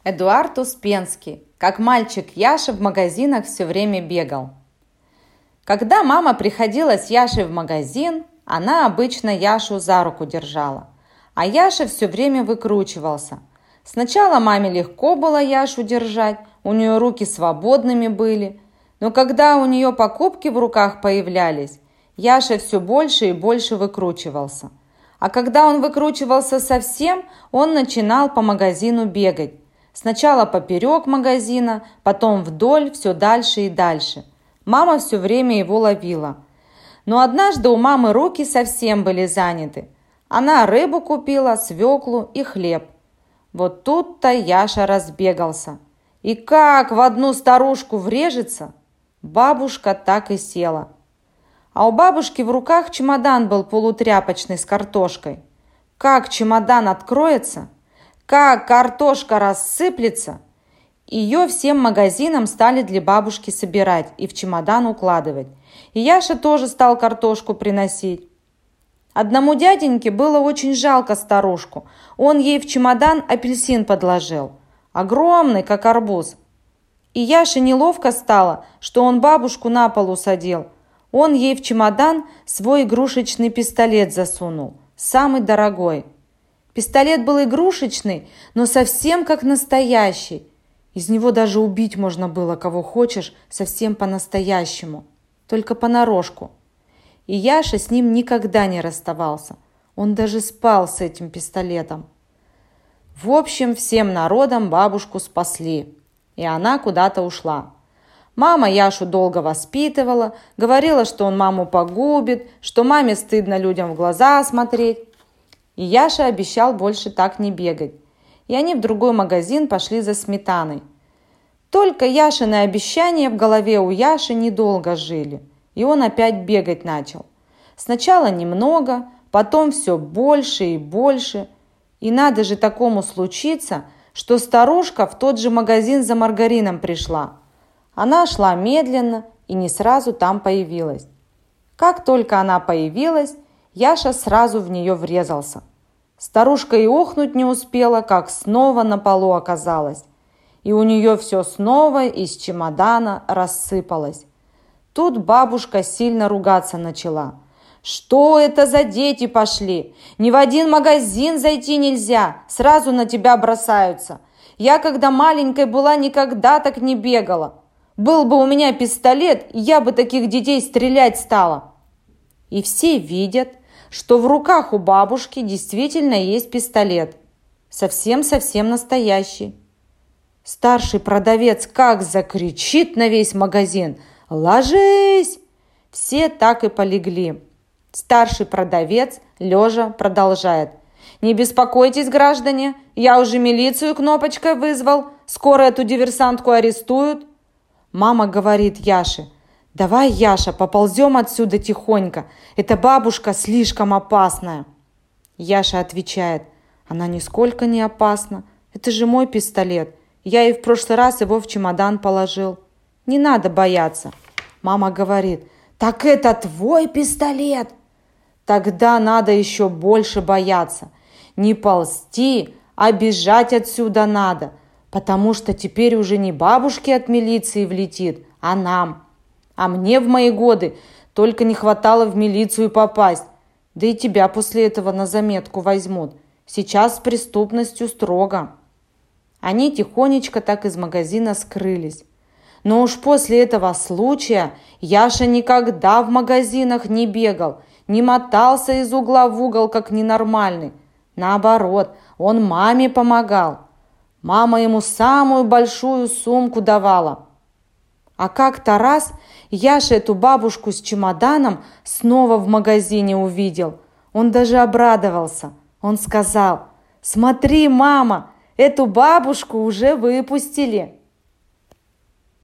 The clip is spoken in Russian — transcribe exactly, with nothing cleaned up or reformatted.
Эдуард Успенский. Как мальчик Яша в магазинах все время бегал. Когда мама приходила с Яшей в магазин, она обычно Яшу за руку держала, а Яша все время выкручивался. Сначала маме легко было Яшу держать, у нее руки свободными были, но когда у нее покупки в руках появлялись, Яша все больше и больше выкручивался. А когда он выкручивался совсем, он начинал по магазину бегать. Сначала поперек магазина, потом вдоль, все дальше и дальше. Мама все время его ловила. Но однажды у мамы руки совсем были заняты. Она рыбу купила, свеклу и хлеб. Вот тут-то Яша разбегался. И как в одну старушку врежется, бабушка так и села. А у бабушки в руках чемодан был полутряпочный с картошкой. Как чемодан откроется, как картошка рассыплется, ее всем магазинам стали для бабушки собирать и в чемодан укладывать. И Яша тоже стал картошку приносить. Одному дяденьке было очень жалко старушку. Он ей в чемодан апельсин подложил, огромный, как арбуз. И Яше неловко стало, что он бабушку на пол усадил. Он ей в чемодан свой игрушечный пистолет засунул, самый дорогой. Пистолет был игрушечный, но совсем как настоящий. Из него даже убить можно было, кого хочешь, совсем по-настоящему, только понарошку. И Яша с ним никогда не расставался. Он даже спал с этим пистолетом. В общем, всем народом бабушку спасли, и она куда-то ушла. Мама Яшу долго воспитывала, говорила, что он маму погубит, что маме стыдно людям в глаза смотреть. И Яша обещал больше так не бегать. И они в другой магазин пошли за сметаной. Только Яшины обещания в голове у Яши недолго жили, и он опять бегать начал. Сначала немного, потом все больше и больше. И надо же такому случиться, что старушка в тот же магазин за маргарином пришла. Она шла медленно и не сразу там появилась. Как только она появилась, Яша сразу в нее врезался. Старушка и охнуть не успела, как снова на полу оказалась. И у нее все снова из чемодана рассыпалось. Тут бабушка сильно ругаться начала. «Что это за дети пошли? Ни в один магазин зайти нельзя, сразу на тебя бросаются. Я, когда маленькой была, никогда так не бегала. Был бы у меня пистолет, я бы таких детей стрелять стала». И все видят, что в руках у бабушки действительно есть пистолет. Совсем-совсем настоящий. Старший продавец как закричит на весь магазин: «Ложись!» Все так и полегли. Старший продавец, лежа, продолжает: «Не беспокойтесь, граждане, я уже милицию кнопочкой вызвал, скоро эту диверсантку арестуют». Мама говорит Яше: «Давай, Яша, поползем отсюда тихонько. Эта бабушка слишком опасная». Яша отвечает: «Она нисколько не опасна. Это же мой пистолет. Я и в прошлый раз его в чемодан положил. Не надо бояться». Мама говорит: «Так это твой пистолет?» Тогда надо еще больше бояться. Не ползти, а бежать отсюда надо, потому что теперь уже не бабушке от милиции влетит, а нам. А мне в мои годы только не хватало в милицию попасть. Да и тебя после этого на заметку возьмут. Сейчас с преступностью строго». Они тихонечко так из магазина скрылись. Но уж после этого случая Яша никогда в магазинах не бегал, не мотался из угла в угол, как ненормальный. Наоборот, он маме помогал. Мама ему самую большую сумку давала. А как-то раз Яша эту бабушку с чемоданом снова в магазине увидел. Он даже обрадовался. Он сказал: «Смотри, мама, эту бабушку уже выпустили».